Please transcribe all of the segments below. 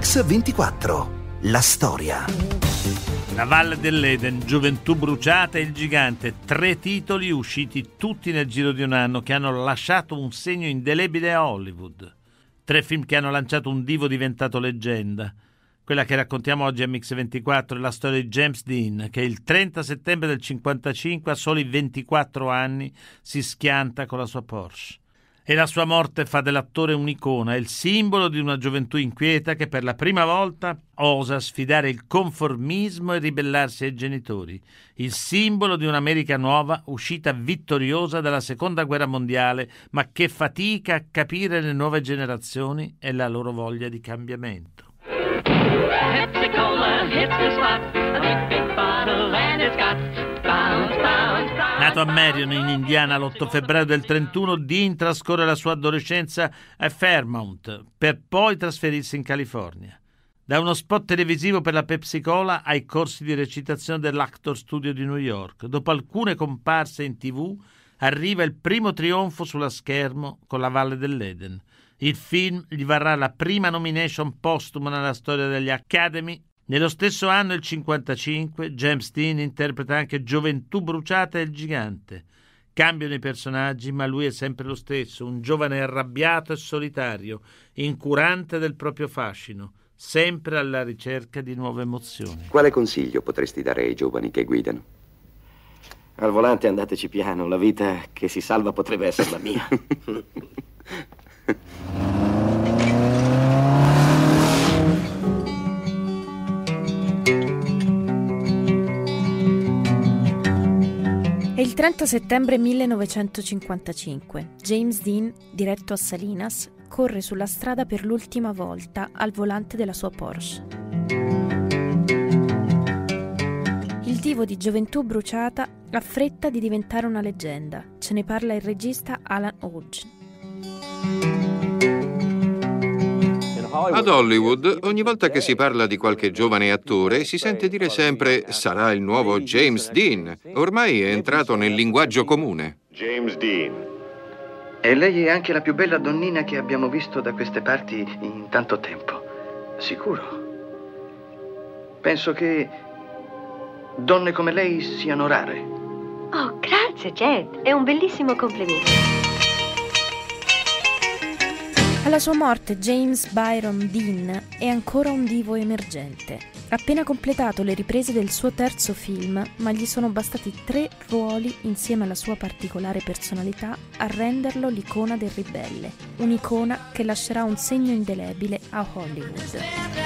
Mix24. La storia. La Valle dell'Eden, Gioventù bruciata e Il gigante, 3 titoli usciti tutti nel giro di un anno che hanno lasciato un segno indelebile a Hollywood. 3 film che hanno lanciato un divo diventato leggenda. Quella che raccontiamo oggi a Mix24 è la storia di James Dean, che il 30 settembre del 1955, a soli 24 anni, si schianta con la sua Porsche. E la sua morte fa dell'attore un'icona, è il simbolo di una gioventù inquieta che per la prima volta osa sfidare il conformismo e ribellarsi ai genitori, il simbolo di un'America nuova uscita vittoriosa dalla Seconda Guerra Mondiale, ma che fatica a capire le nuove generazioni e la loro voglia di cambiamento. Nato a Marion, in Indiana, l'8 febbraio del 1931, Dean trascorre la sua adolescenza a Fairmount, per poi trasferirsi in California. Da uno spot televisivo per la Pepsi Cola ai corsi di recitazione dell'Actor Studio di New York. Dopo alcune comparse in TV, arriva il primo trionfo sulla schermo con La Valle dell'Eden. Il film gli varrà la prima nomination postuma nella storia degli Academy. Nello stesso anno, il 1955, James Dean interpreta anche Gioventù bruciata e Il gigante. Cambiano i personaggi, ma lui è sempre lo stesso, un giovane arrabbiato e solitario, incurante del proprio fascino, sempre alla ricerca di nuove emozioni. Quale consiglio potresti dare ai giovani che guidano? Al volante andateci piano, la vita che si salva potrebbe essere la mia. È il 30 settembre 1955. James Dean, diretto a Salinas, corre sulla strada per l'ultima volta al volante della sua Porsche. Il divo di Gioventù bruciata ha fretta di diventare una leggenda. Ce ne parla il regista Alan Hodge. Ad Hollywood, ogni volta che si parla di qualche giovane attore, si sente dire sempre «sarà il nuovo James Dean». Ormai è entrato nel linguaggio comune. James Dean. E lei è anche la più bella donnina che abbiamo visto da queste parti in tanto tempo. Sicuro. Penso che donne come lei siano rare. Oh, grazie, Jed. È un bellissimo complimento. Alla sua morte James Byron Dean è ancora un divo emergente. Ha appena completato le riprese del suo terzo film, ma gli sono bastati 3 ruoli insieme alla sua particolare personalità a renderlo l'icona del ribelle, un'icona che lascerà un segno indelebile a Hollywood.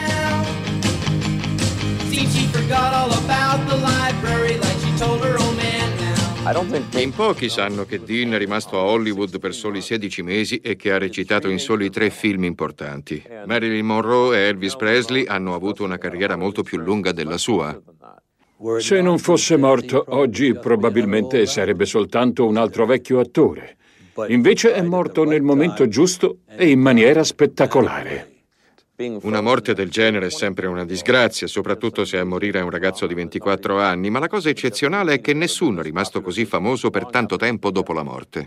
In pochi sanno che Dean è rimasto a Hollywood per soli 16 mesi e che ha recitato in soli 3 film importanti. Marilyn Monroe e Elvis Presley hanno avuto una carriera molto più lunga della sua. Se non fosse morto, oggi probabilmente sarebbe soltanto un altro vecchio attore. Invece è morto nel momento giusto e in maniera spettacolare. Una morte del genere è sempre una disgrazia, soprattutto se a morire è un ragazzo di 24 anni, ma la cosa eccezionale è che nessuno è rimasto così famoso per tanto tempo dopo la morte.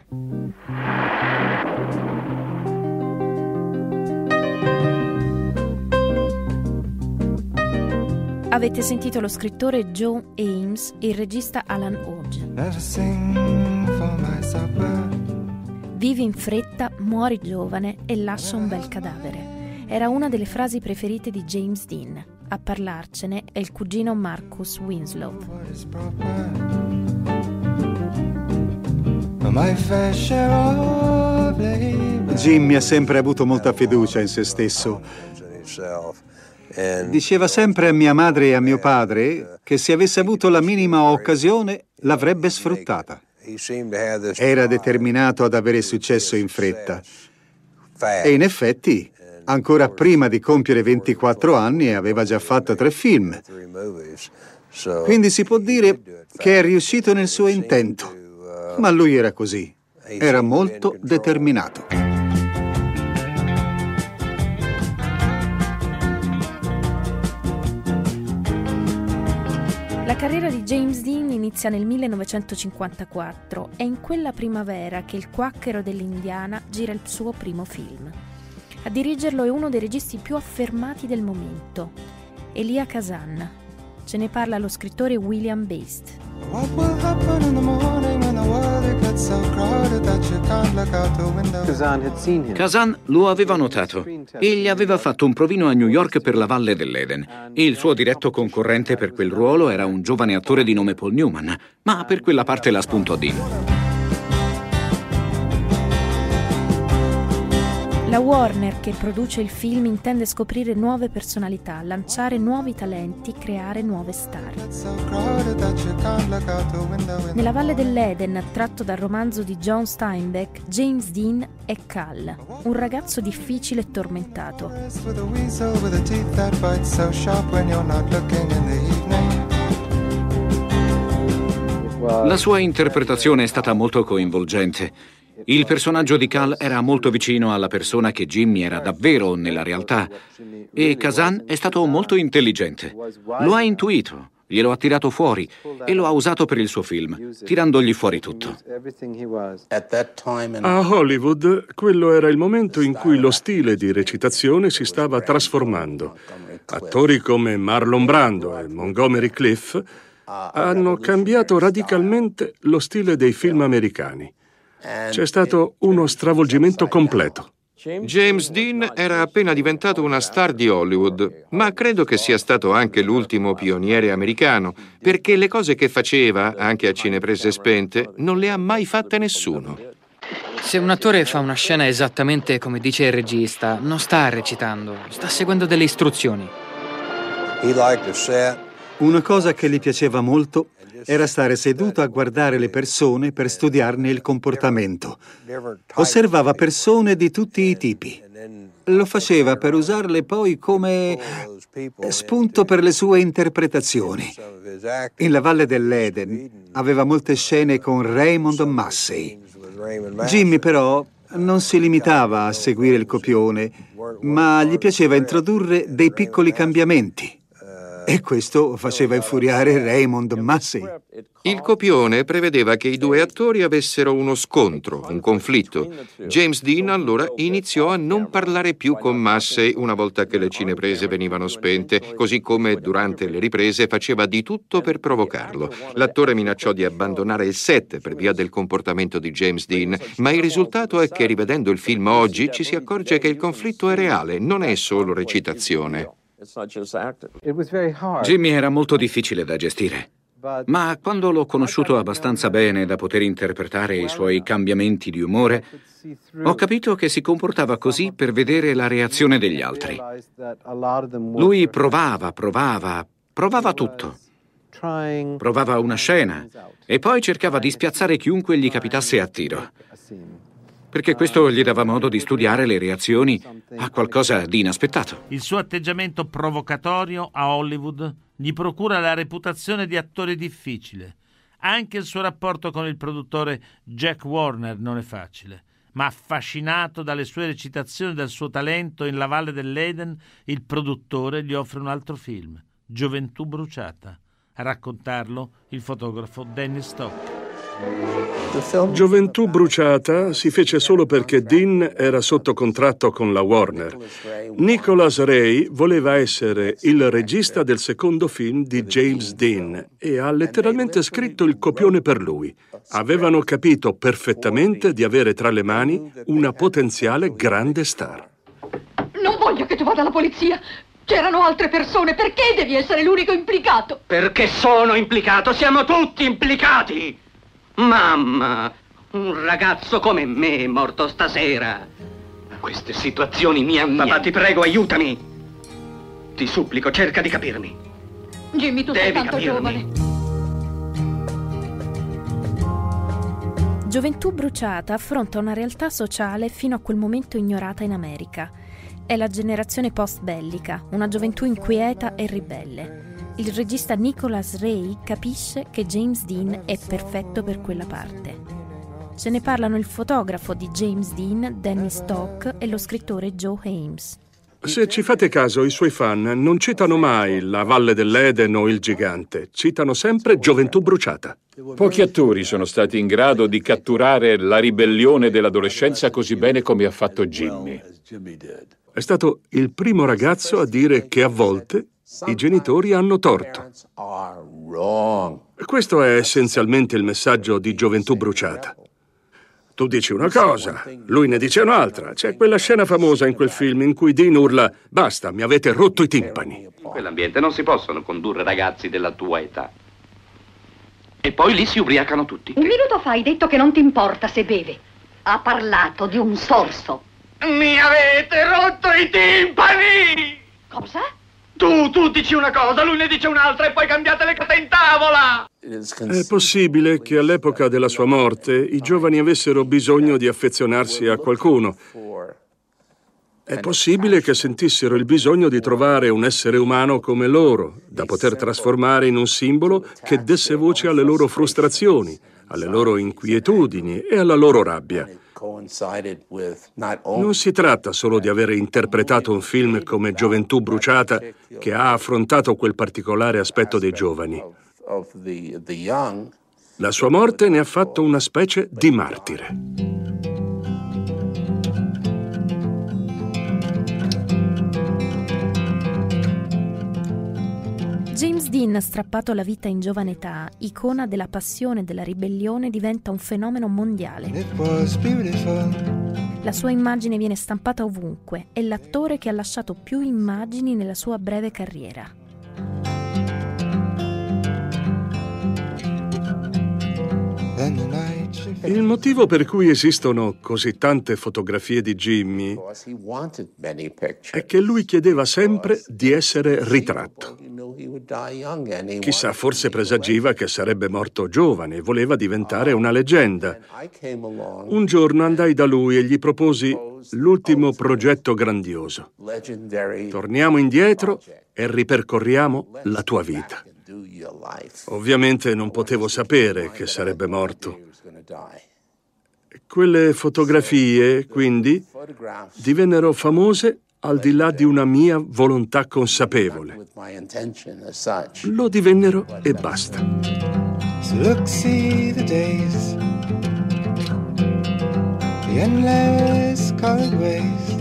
Avete sentito lo scrittore Joe Ames e il regista Alan Hodge. Vivi in fretta, muori giovane e lascia un bel cadavere. Era una delle frasi preferite di James Dean. A parlarcene è il cugino Marcus Winslow. Jimmy ha sempre avuto molta fiducia in se stesso. Diceva sempre a mia madre e a mio padre che se avesse avuto la minima occasione l'avrebbe sfruttata. Era determinato ad avere successo in fretta. E in effetti, ancora prima di compiere 24 anni, aveva già fatto 3 film. Quindi si può dire che è riuscito nel suo intento. Ma lui era così. Era molto determinato. La carriera di James Dean inizia nel 1954. È in quella primavera che il quacchero dell'Indiana gira il suo primo film. A dirigerlo è uno dei registi più affermati del momento, Elia Kazan. Ce ne parla lo scrittore William Bast. Kazan lo aveva notato e gli aveva fatto un provino a New York per La Valle dell'Eden. Il suo diretto concorrente per quel ruolo era un giovane attore di nome Paul Newman, ma per quella parte la spuntò Dean. La Warner, che produce il film, intende scoprire nuove personalità, lanciare nuovi talenti, creare nuove star. Nella Valle dell'Eden, tratto dal romanzo di John Steinbeck, James Dean è Cal, un ragazzo difficile e tormentato. La sua interpretazione è stata molto coinvolgente. Il personaggio di Cal era molto vicino alla persona che Jimmy era davvero nella realtà e Kazan è stato molto intelligente. Lo ha intuito, glielo ha tirato fuori e lo ha usato per il suo film, tirandogli fuori tutto. A Hollywood, quello era il momento in cui lo stile di recitazione si stava trasformando. Attori come Marlon Brando e Montgomery Clift hanno cambiato radicalmente lo stile dei film americani. C'è stato uno stravolgimento completo. James Dean era appena diventato una star di Hollywood, ma credo che sia stato anche l'ultimo pioniere americano, perché le cose che faceva, anche a cineprese spente, non le ha mai fatte nessuno. Se un attore fa una scena esattamente come dice il regista, non sta recitando, sta seguendo delle istruzioni. Una cosa che gli piaceva molto era stare seduto a guardare le persone per studiarne il comportamento. Osservava persone di tutti i tipi. Lo faceva per usarle poi come spunto per le sue interpretazioni. In La Valle dell'Eden aveva molte scene con Raymond Massey. Jimmy però non si limitava a seguire il copione, ma gli piaceva introdurre dei piccoli cambiamenti. E questo faceva infuriare Raymond Massey. Il copione prevedeva che i due attori avessero uno scontro, un conflitto. James Dean allora iniziò a non parlare più con Massey una volta che le cineprese venivano spente, così come durante le riprese faceva di tutto per provocarlo. L'attore minacciò di abbandonare il set per via del comportamento di James Dean, ma il risultato è che rivedendo il film oggi ci si accorge che il conflitto è reale, non è solo recitazione. Jimmy era molto difficile da gestire, ma quando l'ho conosciuto abbastanza bene da poter interpretare i suoi cambiamenti di umore, ho capito che si comportava così per vedere la reazione degli altri. Lui provava tutto. Provava una scena e poi cercava di spiazzare chiunque gli capitasse a tiro, perché questo gli dava modo di studiare le reazioni a qualcosa di inaspettato. Il suo atteggiamento provocatorio a Hollywood gli procura la reputazione di attore difficile. Anche il suo rapporto con il produttore Jack Warner non è facile, ma affascinato dalle sue recitazioni e dal suo talento in La Valle dell'Eden, il produttore gli offre un altro film, Gioventù bruciata. A raccontarlo il fotografo Dennis Stock. Gioventù bruciata si fece solo perché Dean era sotto contratto con la Warner. Nicholas Ray voleva essere il regista del secondo film di James Dean e ha letteralmente scritto il copione per lui. Avevano capito perfettamente di avere tra le mani una potenziale grande star. Non voglio che tu vada alla polizia! C'erano altre persone, perché devi essere l'unico implicato? Perché sono implicato, siamo tutti implicati! Mamma, un ragazzo come me è morto stasera. Queste situazioni mi annoiano. Papà, ti prego, aiutami. Ti supplico, cerca di capirmi. Jimmy, tu sei tanto giovane. Gioventù bruciata affronta una realtà sociale fino a quel momento ignorata in America. È la generazione post-bellica, una gioventù inquieta e ribelle. Il regista Nicholas Ray capisce che James Dean è perfetto per quella parte. Ce ne parlano il fotografo di James Dean, Dennis Stock, e lo scrittore Joe Ames. Se ci fate caso, i suoi fan non citano mai La Valle dell'Eden o Il Gigante, citano sempre Gioventù bruciata. Pochi attori sono stati in grado di catturare la ribellione dell'adolescenza così bene come ha fatto Jimmy. È stato il primo ragazzo a dire che a volte i genitori hanno torto. Questo è essenzialmente il messaggio di Gioventù bruciata. Tu dici una cosa, lui ne dice un'altra. C'è quella scena famosa in quel film in cui Dean urla «Basta, mi avete rotto i timpani». In quell'ambiente non si possono condurre ragazzi della tua età. E poi lì si ubriacano tutti. Un minuto fa hai detto che non ti importa se beve. Ha parlato di un sorso. Mi avete rotto i timpani! Cosa? Tu dici una cosa, lui ne dice un'altra e poi cambiate le carte in tavola! È possibile che all'epoca della sua morte i giovani avessero bisogno di affezionarsi a qualcuno. È possibile che sentissero il bisogno di trovare un essere umano come loro, da poter trasformare in un simbolo che desse voce alle loro frustrazioni, alle loro inquietudini e alla loro rabbia. Non si tratta solo di avere interpretato un film come Gioventù bruciata che ha affrontato quel particolare aspetto dei giovani. La sua morte ne ha fatto una specie di martire. James Dean, strappato alla vita in giovane età, icona della passione e della ribellione, diventa un fenomeno mondiale. La sua immagine viene stampata ovunque, è l'attore che ha lasciato più immagini nella sua breve carriera. Il motivo per cui esistono così tante fotografie di Jimmy è che lui chiedeva sempre di essere ritratto. Chissà, forse presagiva che sarebbe morto giovane e voleva diventare una leggenda. Un giorno andai da lui e gli proposi l'ultimo progetto grandioso. Torniamo indietro e ripercorriamo la tua vita. Ovviamente non potevo sapere che sarebbe morto. Quelle fotografie, quindi, divennero famose al di là di una mia volontà consapevole. Lo divennero e basta. Look, see the days, the endless colored ways.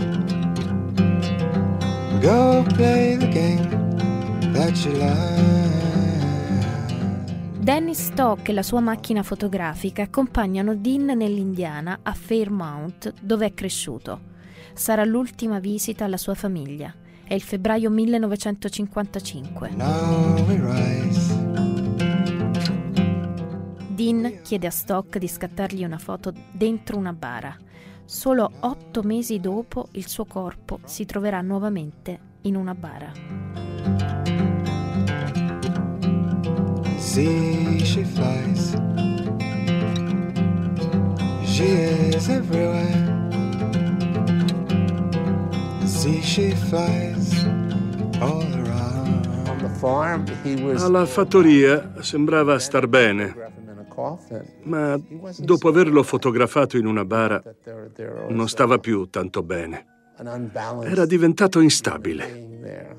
Go play the game that you like. Dennis Stock e la sua macchina fotografica accompagnano Dean nell'Indiana a Fairmount, dove è cresciuto. Sarà l'ultima visita alla sua famiglia. È il febbraio 1955. Dean chiede a Stock di scattargli una foto dentro una bara. Solo 8 mesi dopo il suo corpo si troverà nuovamente in una bara. See, she flies. She is everywhere. See, she flies all around. On the farm, he was... Alla fattoria sembrava star bene, ma dopo averlo fotografato in una bara non stava più tanto bene. Era diventato instabile.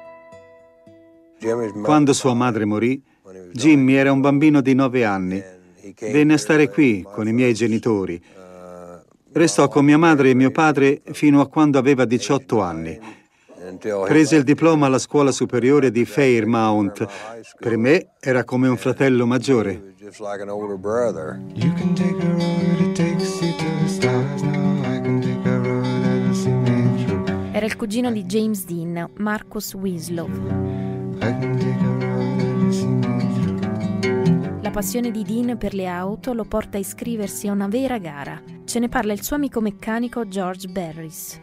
Quando sua madre morì, Jimmy era un bambino di 9 anni. Venne a stare qui con i miei genitori. Restò con mia madre e mio padre fino a quando aveva 18 anni. Prese il diploma alla scuola superiore di Fairmount. Per me era come un fratello maggiore. Era il cugino di James Dean, Marcus Winslow. La passione di Dean per le auto lo porta a iscriversi a una vera gara. Ce ne parla il suo amico meccanico George Barris.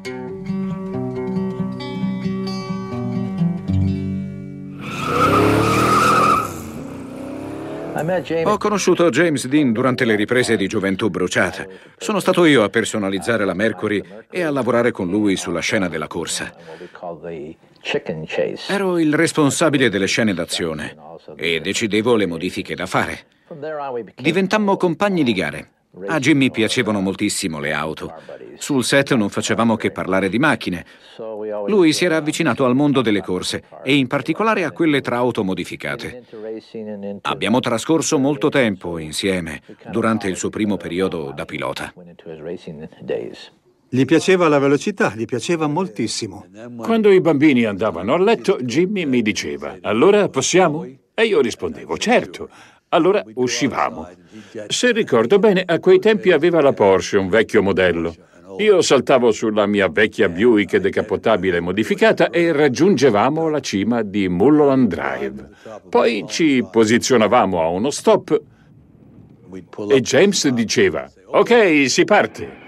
Ho conosciuto James Dean durante le riprese di Gioventù bruciata. Sono stato io a personalizzare la Mercury e a lavorare con lui sulla scena della corsa. Ero il responsabile delle scene d'azione e decidevo le modifiche da fare. Diventammo compagni di gare. A Jimmy piacevano moltissimo le auto. Sul set non facevamo che parlare di macchine. Lui si era avvicinato al mondo delle corse e in particolare a quelle tra auto modificate. Abbiamo trascorso molto tempo insieme durante il suo primo periodo da pilota. Gli piaceva la velocità, gli piaceva moltissimo. Quando i bambini andavano a letto, Jimmy mi diceva: allora possiamo? E io rispondevo: certo. Allora uscivamo. Se ricordo bene, a quei tempi aveva la Porsche, un vecchio modello. Io saltavo sulla mia vecchia Buick decappottabile modificata e raggiungevamo la cima di Mulholland Drive. Poi ci posizionavamo a uno stop e James diceva: ok, si parte.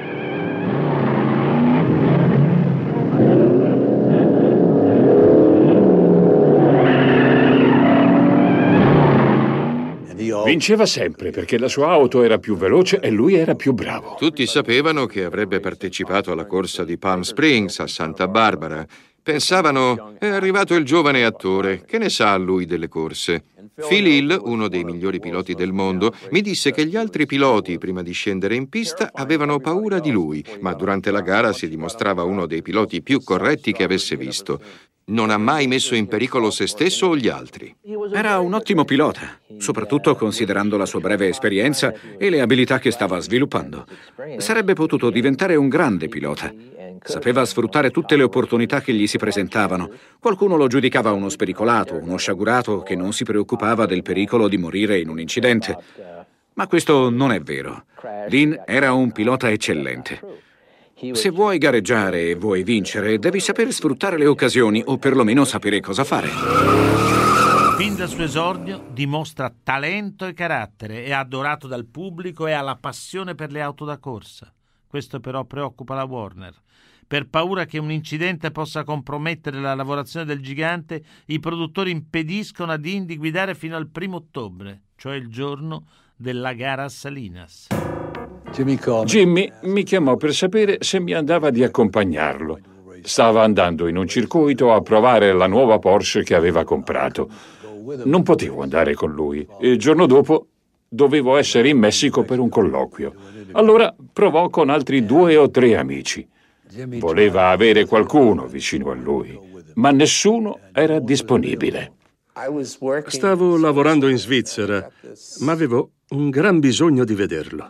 Vinceva sempre perché la sua auto era più veloce e lui era più bravo. Tutti sapevano che avrebbe partecipato alla corsa di Palm Springs a Santa Barbara. Pensavano: è arrivato il giovane attore, che ne sa lui delle corse? Phil Hill, uno dei migliori piloti del mondo, mi disse che gli altri piloti, prima di scendere in pista, avevano paura di lui, ma durante la gara si dimostrava uno dei piloti più corretti che avesse visto. Non ha mai messo in pericolo se stesso o gli altri. Era un ottimo pilota, soprattutto considerando la sua breve esperienza e le abilità che stava sviluppando. Sarebbe potuto diventare un grande pilota. Sapeva sfruttare tutte le opportunità che gli si presentavano. Qualcuno lo giudicava uno spericolato, uno sciagurato che non si preoccupava del pericolo di morire in un incidente. Ma questo non è vero. Dean era un pilota eccellente. Se vuoi gareggiare e vuoi vincere, devi saper sfruttare le occasioni o perlomeno sapere cosa fare. Fin dal suo esordio dimostra talento e carattere, è adorato dal pubblico e ha la passione per le auto da corsa. Questo però preoccupa la Warner. Per paura che un incidente possa compromettere la lavorazione del gigante, i produttori impediscono a Dean di guidare fino al 1° ottobre, cioè il giorno della gara a Salinas. Jimmy mi chiamò per sapere se mi andava di accompagnarlo. Stava andando in un circuito a provare la nuova Porsche che aveva comprato. Non potevo andare con lui. Il giorno dopo dovevo essere in Messico per un colloquio. Allora provò con altri 2 o 3 amici. Voleva avere qualcuno vicino a lui, ma nessuno era disponibile. Stavo lavorando in Svizzera, ma avevo un gran bisogno di vederlo.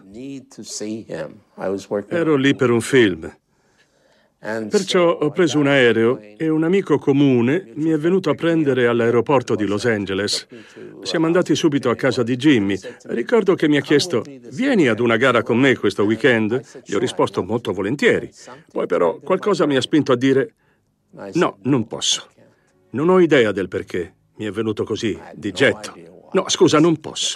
Ero lì per un film. Perciò ho preso un aereo e un amico comune mi è venuto a prendere all'aeroporto di Los Angeles. Siamo andati subito a casa di Jimmy. Ricordo che mi ha chiesto: vieni ad una gara con me questo weekend? Gli ho risposto molto volentieri. Poi però qualcosa mi ha spinto a dire: no, non posso. Non ho idea del perché. Mi è venuto così, di getto. No, scusa, non posso.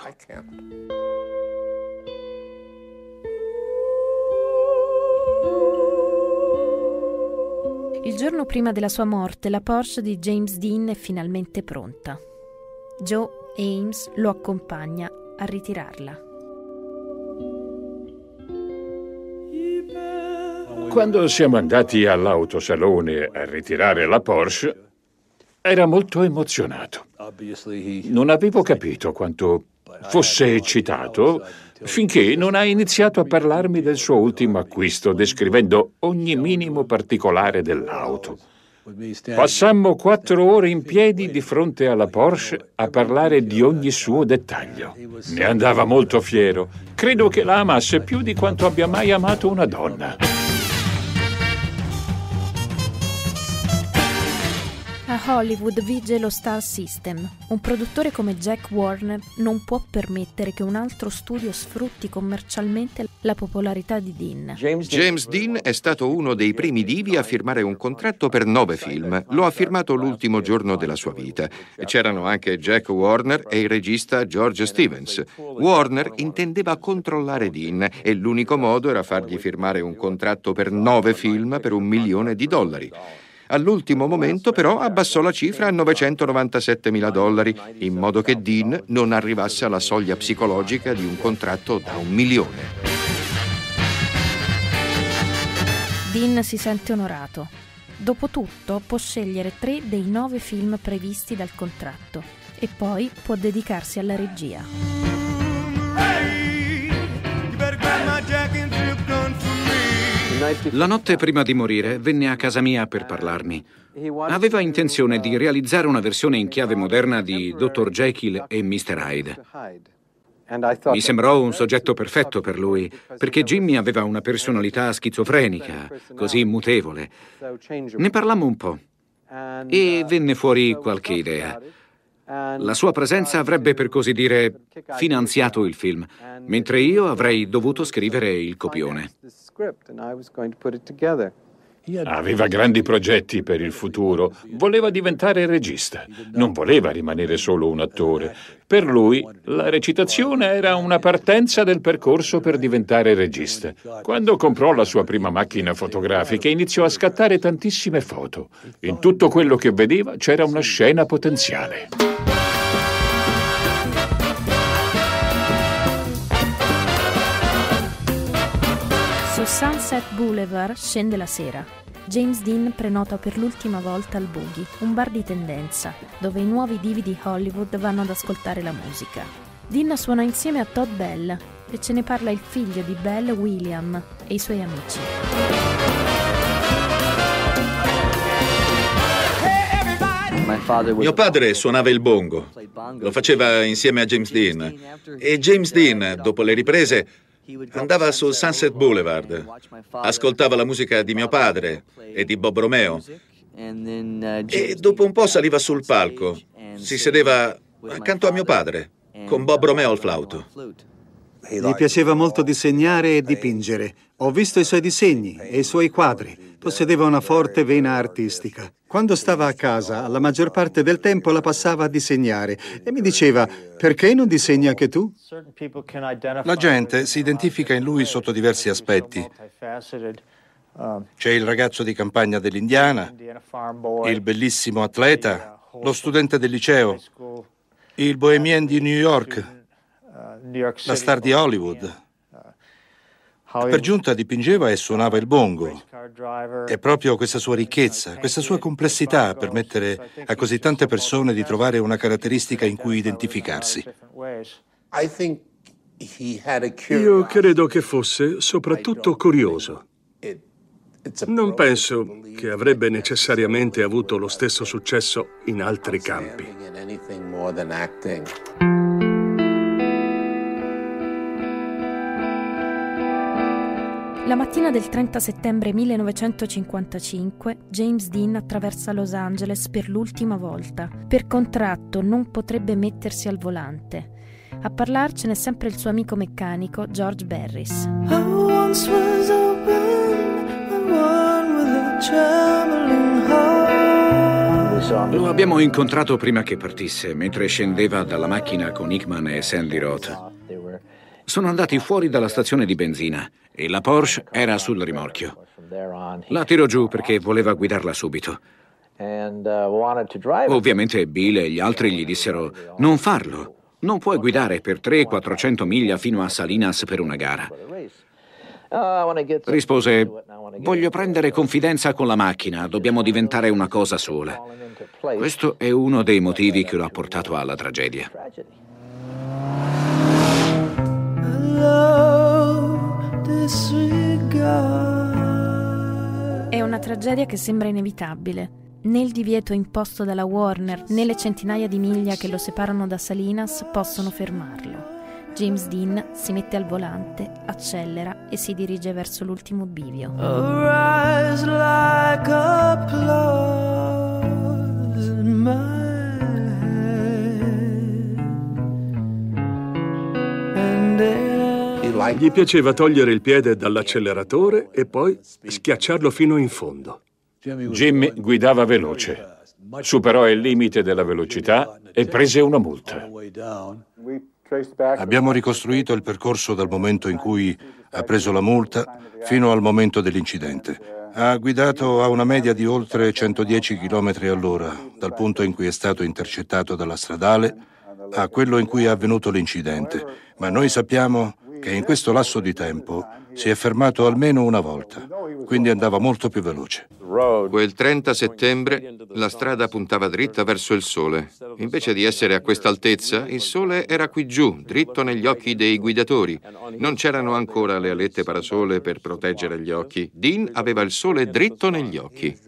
Il giorno prima della sua morte, la Porsche di James Dean è finalmente pronta. Joe Ames lo accompagna a ritirarla. Quando siamo andati all'autosalone a ritirare la Porsche, era molto emozionato. Non avevo capito quanto fosse eccitato finché non ha iniziato a parlarmi del suo ultimo acquisto, descrivendo ogni minimo particolare dell'auto. Passammo 4 ore in piedi di fronte alla Porsche a parlare di ogni suo dettaglio. Ne andava molto fiero. Credo che la amasse più di quanto abbia mai amato una donna. A Hollywood vige lo Star System. Un produttore come Jack Warner non può permettere che un altro studio sfrutti commercialmente la popolarità di Dean. James Dean è stato uno dei primi divi a firmare un contratto per 9 film. Lo ha firmato l'ultimo giorno della sua vita. C'erano anche Jack Warner e il regista George Stevens. Warner intendeva controllare Dean e l'unico modo era fargli firmare un contratto per 9 film per $1 milione. All'ultimo momento però abbassò la cifra a $997.000 in modo che Dean non arrivasse alla soglia psicologica di un contratto da $1 milione. Dean si sente onorato. Dopotutto può scegliere 3 dei 9 film previsti dal contratto e poi può dedicarsi alla regia. La notte prima di morire venne a casa mia per parlarmi. Aveva intenzione di realizzare una versione in chiave moderna di Dr. Jekyll e Mr. Hyde. Mi sembrò un soggetto perfetto per lui, perché Jimmy aveva una personalità schizofrenica, così mutevole. Ne parlammo un po' e venne fuori qualche idea. La sua presenza avrebbe, per così dire, finanziato il film, mentre io avrei dovuto scrivere il copione. Aveva grandi progetti per il futuro. Voleva diventare regista. Non voleva rimanere solo un attore. Per lui, la recitazione era una partenza del percorso per diventare regista. Quando comprò la sua prima macchina fotografica, iniziò a scattare tantissime foto. In tutto quello che vedeva c'era una scena potenziale. Su Sunset Boulevard scende la sera. James Dean prenota per l'ultima volta al Boogie, un bar di tendenza, dove i nuovi divi di Hollywood vanno ad ascoltare la musica. Dean suona insieme a Todd Bell e ce ne parla il figlio di Bell, William, e i suoi amici. Mio padre suonava il bongo. Lo faceva insieme a James Dean. E James Dean, dopo le riprese, andava sul Sunset Boulevard, ascoltava la musica di mio padre e di Bob Romeo e dopo un po' saliva sul palco, si sedeva accanto a mio padre, con Bob Romeo al flauto. Gli piaceva molto disegnare e dipingere. Ho visto i suoi disegni e i suoi quadri. Possedeva una forte vena artistica. Quando stava a casa, la maggior parte del tempo la passava a disegnare e mi diceva: perché non disegni anche tu? La gente si identifica in lui sotto diversi aspetti. C'è il ragazzo di campagna dell'Indiana, il bellissimo atleta, lo studente del liceo, il bohemien di New York, la star di Hollywood. Per giunta dipingeva e suonava il bongo. È proprio questa sua ricchezza, questa sua complessità a permettere a così tante persone di trovare una caratteristica in cui identificarsi. Io credo che fosse soprattutto curioso. Non penso che avrebbe necessariamente avuto lo stesso successo in altri campi. La mattina del 30 settembre 1955, James Dean attraversa Los Angeles per l'ultima volta. Per contratto non potrebbe mettersi al volante. A parlarcene è sempre il suo amico meccanico George Barris. Lo abbiamo incontrato prima che partisse, mentre scendeva dalla macchina con Hickman e Sandy Roth. Sono andati fuori dalla stazione di benzina e la Porsche era sul rimorchio. La tirò giù perché voleva guidarla subito. Ovviamente Bill e gli altri gli dissero: non farlo, non puoi guidare per 300-400 miglia fino a Salinas per una gara. Rispose: voglio prendere confidenza con la macchina, dobbiamo diventare una cosa sola. Questo è uno dei motivi che lo ha portato alla tragedia. È una tragedia che sembra inevitabile. Né il divieto imposto dalla Warner, né le centinaia di miglia che lo separano da Salinas possono fermarlo. James Dean si mette al volante, accelera e si dirige verso l'ultimo bivio. Gli piaceva togliere il piede dall'acceleratore e poi schiacciarlo fino in fondo. Jimmy guidava veloce, superò il limite della velocità e prese una multa. Abbiamo ricostruito il percorso dal momento in cui ha preso la multa fino al momento dell'incidente. Ha guidato a una media di oltre 110 km all'ora, dal punto in cui è stato intercettato dalla stradale a quello in cui è avvenuto l'incidente. Ma noi sappiamo che in questo lasso di tempo si è fermato almeno una volta, quindi andava molto più veloce. Quel 30 settembre la strada puntava dritta verso il sole. Invece di essere a questa altezza, il sole era qui giù, dritto negli occhi dei guidatori. Non c'erano ancora le alette parasole per proteggere gli occhi. Dean aveva il sole dritto negli occhi.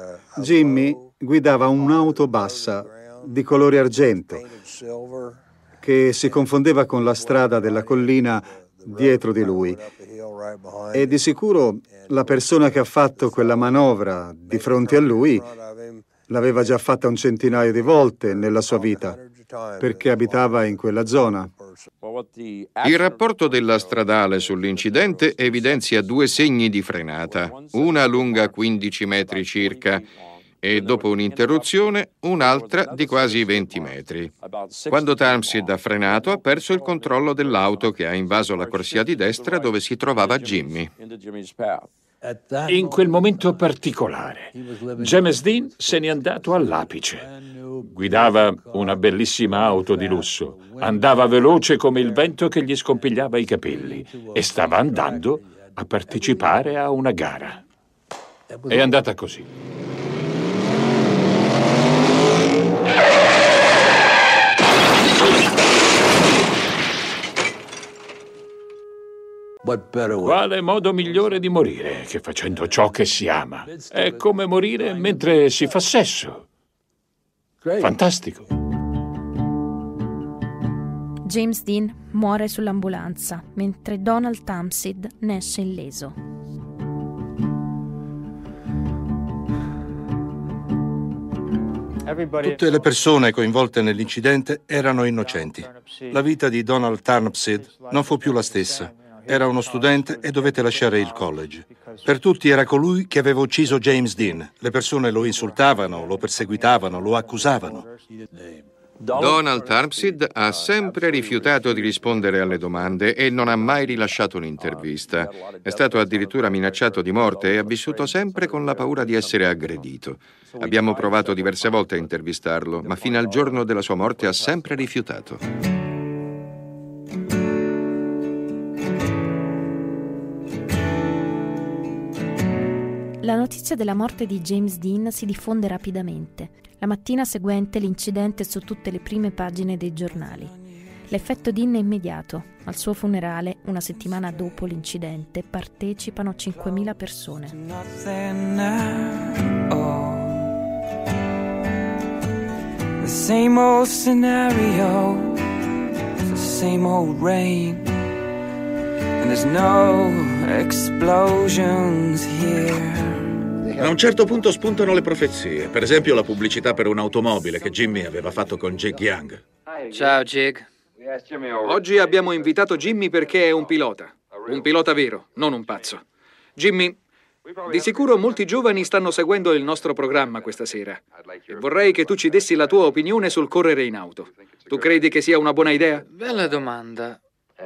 Jimmy guidava un'auto bassa, di colore argento. che si confondeva con la strada della collina dietro di lui. E di sicuro la persona che ha fatto quella manovra di fronte a lui l'aveva già fatta un centinaio di volte nella sua vita, perché abitava in quella zona. Il rapporto della stradale sull'incidente evidenzia 2 segni di frenata, una lunga 15 metri circa e dopo un'interruzione un'altra di quasi 20 metri. Quando Tarmsid ha frenato ha perso il controllo dell'auto che ha invaso la corsia di destra dove si trovava Jimmy. In quel momento particolare, James Dean se n'è andato all'apice. Guidava una bellissima auto di lusso, andava veloce come il vento che gli scompigliava i capelli e stava andando a partecipare a una gara. È andata così. Quale modo migliore di morire che facendo ciò che si ama? È come morire mentre si fa sesso. Fantastico. James Dean muore sull'ambulanza, mentre Donald Tarmsid ne esce illeso. Tutte le persone coinvolte nell'incidente erano innocenti. La vita di Donald Tarmsid non fu più la stessa. Era uno studente e dovette lasciare il college. Per tutti era colui che aveva ucciso James Dean. Le persone lo insultavano, lo perseguitavano, lo accusavano. Donald Tarmsid ha sempre rifiutato di rispondere alle domande e non ha mai rilasciato un'intervista. È stato addirittura minacciato di morte e ha vissuto sempre con la paura di essere aggredito. Abbiamo provato diverse volte a intervistarlo, ma fino al giorno della sua morte ha sempre rifiutato. La notizia della morte di James Dean si diffonde rapidamente. La mattina seguente l'incidente è su tutte le prime pagine dei giornali. L'effetto Dean è immediato. Al suo funerale, una settimana dopo l'incidente, partecipano 5.000 persone. The same old scenario, the same old rain, and there's no explosions here. A un certo punto spuntano le profezie, per esempio la pubblicità per un'automobile che Jimmy aveva fatto con Jig Young. Ciao, Jig. Oggi abbiamo invitato Jimmy perché è un pilota vero, non un pazzo. Jimmy, di sicuro molti giovani stanno seguendo il nostro programma questa sera e vorrei che tu ci dessi la tua opinione sul correre in auto. Tu credi che sia una buona idea? Bella domanda.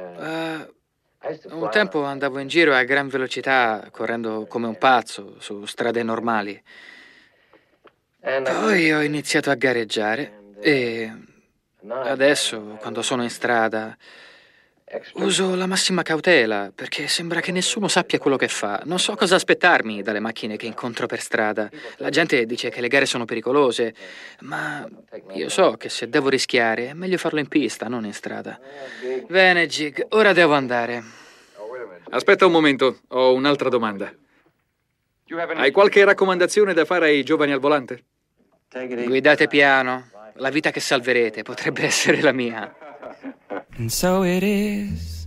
Un tempo andavo in giro a gran velocità, correndo come un pazzo su strade normali. Poi ho iniziato a gareggiare e adesso, quando sono in strada, uso la massima cautela perché sembra che nessuno sappia quello che fa. Non so cosa aspettarmi dalle macchine che incontro per strada. La gente dice che le gare sono pericolose, ma io so che se devo rischiare è meglio farlo in pista, non in strada. Bene, Jig, ora devo andare. Aspetta un momento, ho un'altra domanda. Hai qualche raccomandazione da fare ai giovani al volante? Guidate piano. La vita che salverete potrebbe essere la mia. And so it is,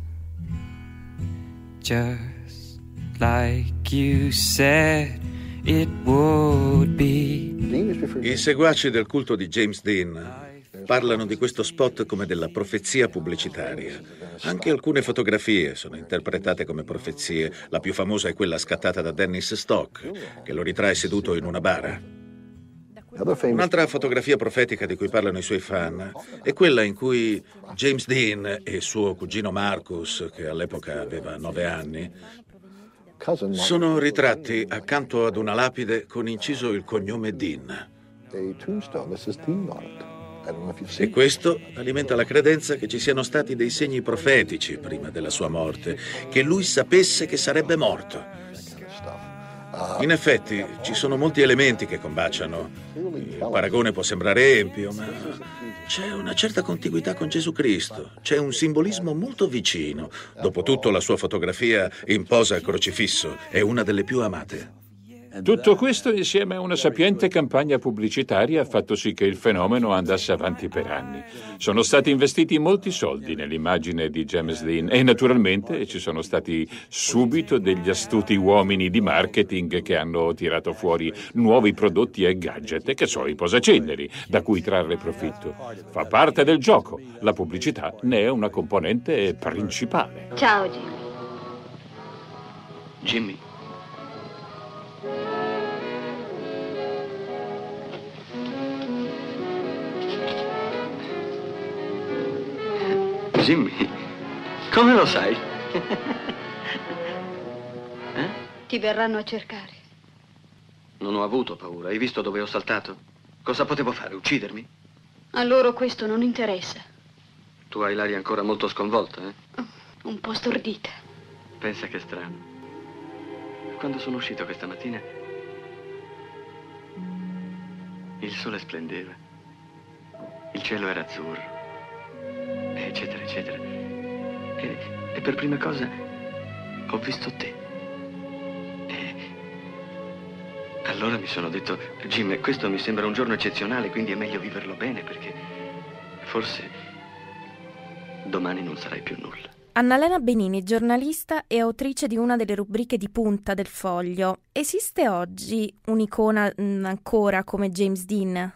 just like you said it would be. I seguaci del culto di James Dean parlano di questo spot come della profezia pubblicitaria. Anche alcune fotografie sono interpretate come profezie. La più famosa è quella scattata da Dennis Stock, che lo ritrae seduto in una bara. Un'altra fotografia profetica di cui parlano i suoi fan è quella in cui James Dean e suo cugino Marcus, che all'epoca aveva 9 anni, sono ritratti accanto ad una lapide con inciso il cognome Dean. E questo alimenta la credenza che ci siano stati dei segni profetici prima della sua morte, che lui sapesse che sarebbe morto. In effetti, ci sono molti elementi che combaciano. Il paragone può sembrare empio, ma c'è una certa contiguità con Gesù Cristo. C'è un simbolismo molto vicino. Dopotutto, la sua fotografia in posa al crocifisso è una delle più amate. Tutto questo insieme a una sapiente campagna pubblicitaria ha fatto sì che il fenomeno andasse avanti per anni. Sono stati investiti molti soldi nell'immagine di James Dean e naturalmente ci sono stati subito degli astuti uomini di marketing che hanno tirato fuori nuovi prodotti e gadget, che so, i posaceneri, da cui trarre profitto. Fa parte del gioco. La pubblicità ne è una componente principale. Ciao, Jimmy. Jimmy. Jimmy, come lo sai? Ti verranno a cercare. Non ho avuto paura. Hai visto dove ho saltato? Cosa potevo fare? Uccidermi? A loro questo non interessa. Tu hai l'aria ancora molto sconvolta, eh? Un po' stordita. Pensa che strano. Quando sono uscito questa mattina, il sole splendeva, il cielo era azzurro, eccetera, eccetera. E per prima cosa ho visto te. E allora mi sono detto, Jim, questo mi sembra un giorno eccezionale, quindi è meglio viverlo bene, perché forse domani non sarai più nulla. Annalena Benini, giornalista e autrice di una delle rubriche di punta del Foglio. Esiste oggi un'icona ancora come James Dean?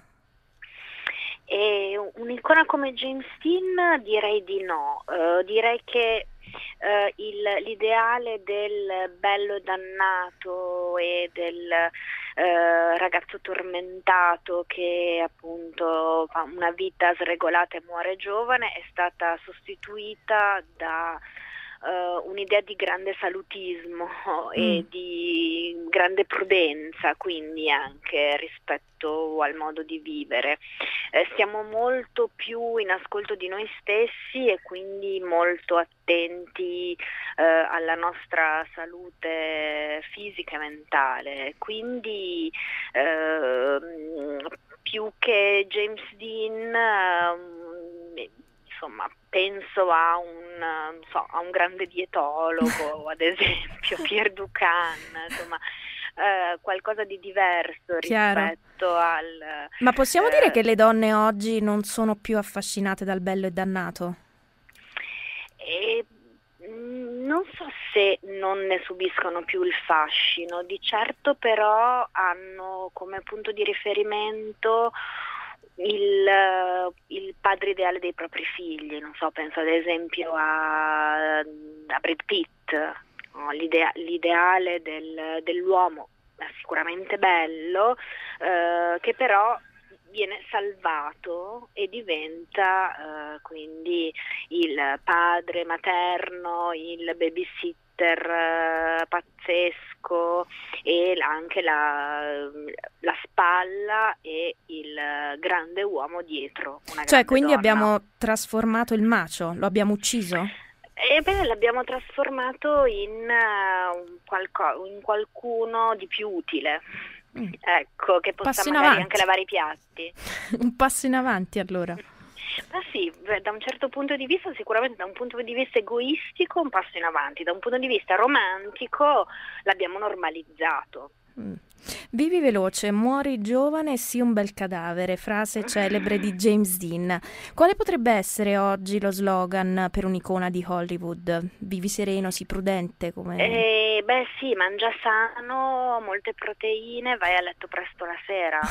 Un'icona come James Dean direi di no. Direi che l'ideale del bello e dannato e del ragazzo tormentato che appunto fa una vita sregolata e muore giovane è stata sostituita da un'idea di grande salutismo e di grande prudenza, quindi anche rispetto al modo di vivere. Siamo molto più in ascolto di noi stessi e quindi molto attenti alla nostra salute fisica e mentale. Quindi più che James Dean, insomma, penso a un grande dietologo, ad esempio, Pierre Ducan, insomma, qualcosa di diverso rispetto al... Ma possiamo dire che le donne oggi non sono più affascinate dal bello e dannato? Non so se non ne subiscono più il fascino, di certo però hanno come punto di riferimento il padre ideale dei propri figli, non so, penso ad esempio a Brad Pitt, no? L'ideale dell'uomo sicuramente bello, che però viene salvato e diventa quindi il padre materno, il babysitter pazzesco e anche la spalla e il grande uomo dietro. Cioè, quindi donna. Abbiamo trasformato il macho, lo abbiamo ucciso? Ebbene, l'abbiamo trasformato in qualcuno di più utile. Ecco, che possa magari anche lavare i piatti. Un passo in avanti, allora. Ma sì, da un certo punto di vista, sicuramente da un punto di vista egoistico un passo in avanti, da un punto di vista romantico l'abbiamo normalizzato. Vivi veloce, muori giovane e sii un bel cadavere, frase celebre di James Dean. Quale potrebbe essere oggi lo slogan per un'icona di Hollywood? Vivi sereno, sii prudente, come... Beh sì, mangia sano, molte proteine, vai a letto presto la sera.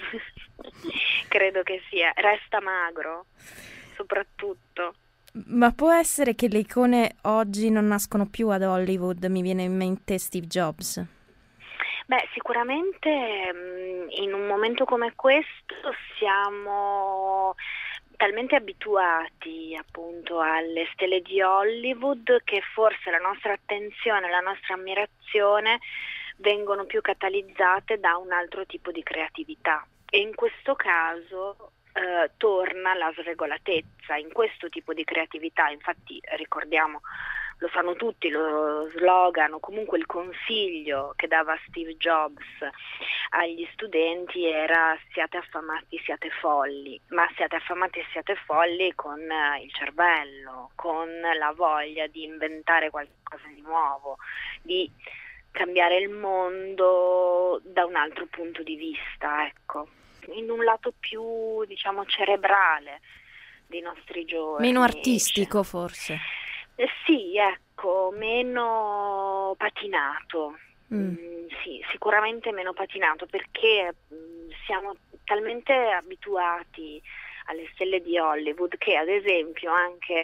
Credo che sia, resta magro, soprattutto. Ma può essere che le icone oggi non nascono più ad Hollywood? Mi viene in mente Steve Jobs. Beh, sicuramente in un momento come questo siamo talmente abituati appunto alle stelle di Hollywood che forse la nostra attenzione, la nostra ammirazione vengono più catalizzate da un altro tipo di creatività e in questo caso torna la sregolatezza in questo tipo di creatività. Infatti ricordiamo, lo sanno tutti, lo slogan o comunque il consiglio che dava Steve Jobs agli studenti era siate affamati, siate folli, ma siate affamati e siate folli con il cervello, con la voglia di inventare qualcosa di nuovo, di cambiare il mondo da un altro punto di vista, ecco, in un lato più, diciamo, cerebrale dei nostri giorni. Meno artistico, forse. Sì, ecco, meno patinato. Sì, sicuramente meno patinato, perché siamo talmente abituati alle stelle di Hollywood che, ad esempio, anche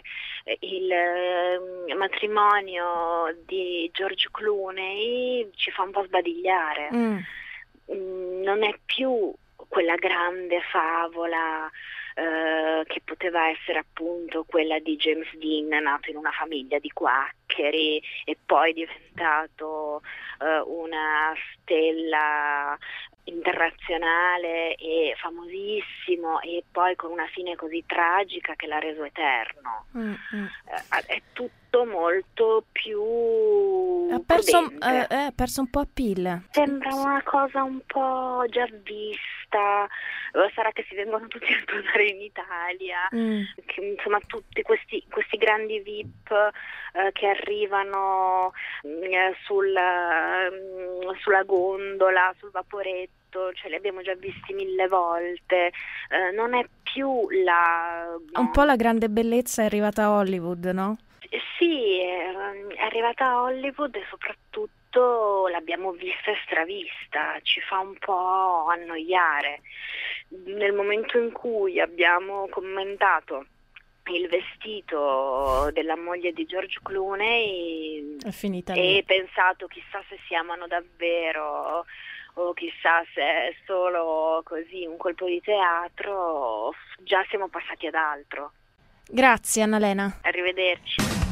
il matrimonio di George Clooney ci fa un po' sbadigliare. Non è più quella grande favola che poteva essere appunto quella di James Dean, nato in una famiglia di quaccheri e poi diventato una stella internazionale e famosissimo, e poi con una fine così tragica che l'ha reso eterno. È tutto molto più ha perso un po' appeal. Sembra una cosa un po' già vista. Sarà che si vengono tutti a sposare in Italia, che, insomma, tutti questi grandi VIP che arrivano sulla gondola, sul vaporetto, ce li abbiamo già visti 1000 volte. Non è più un po' la grande bellezza è arrivata a Hollywood, no? Sì, è arrivata a Hollywood e soprattutto l'abbiamo vista e stravista, ci fa un po' annoiare. Nel momento in cui abbiamo commentato il vestito della moglie di George Clooney è finita e lì. Pensato chissà se si amano davvero o chissà se è solo così un colpo di teatro, già siamo passati ad altro. Grazie Annalena. Arrivederci.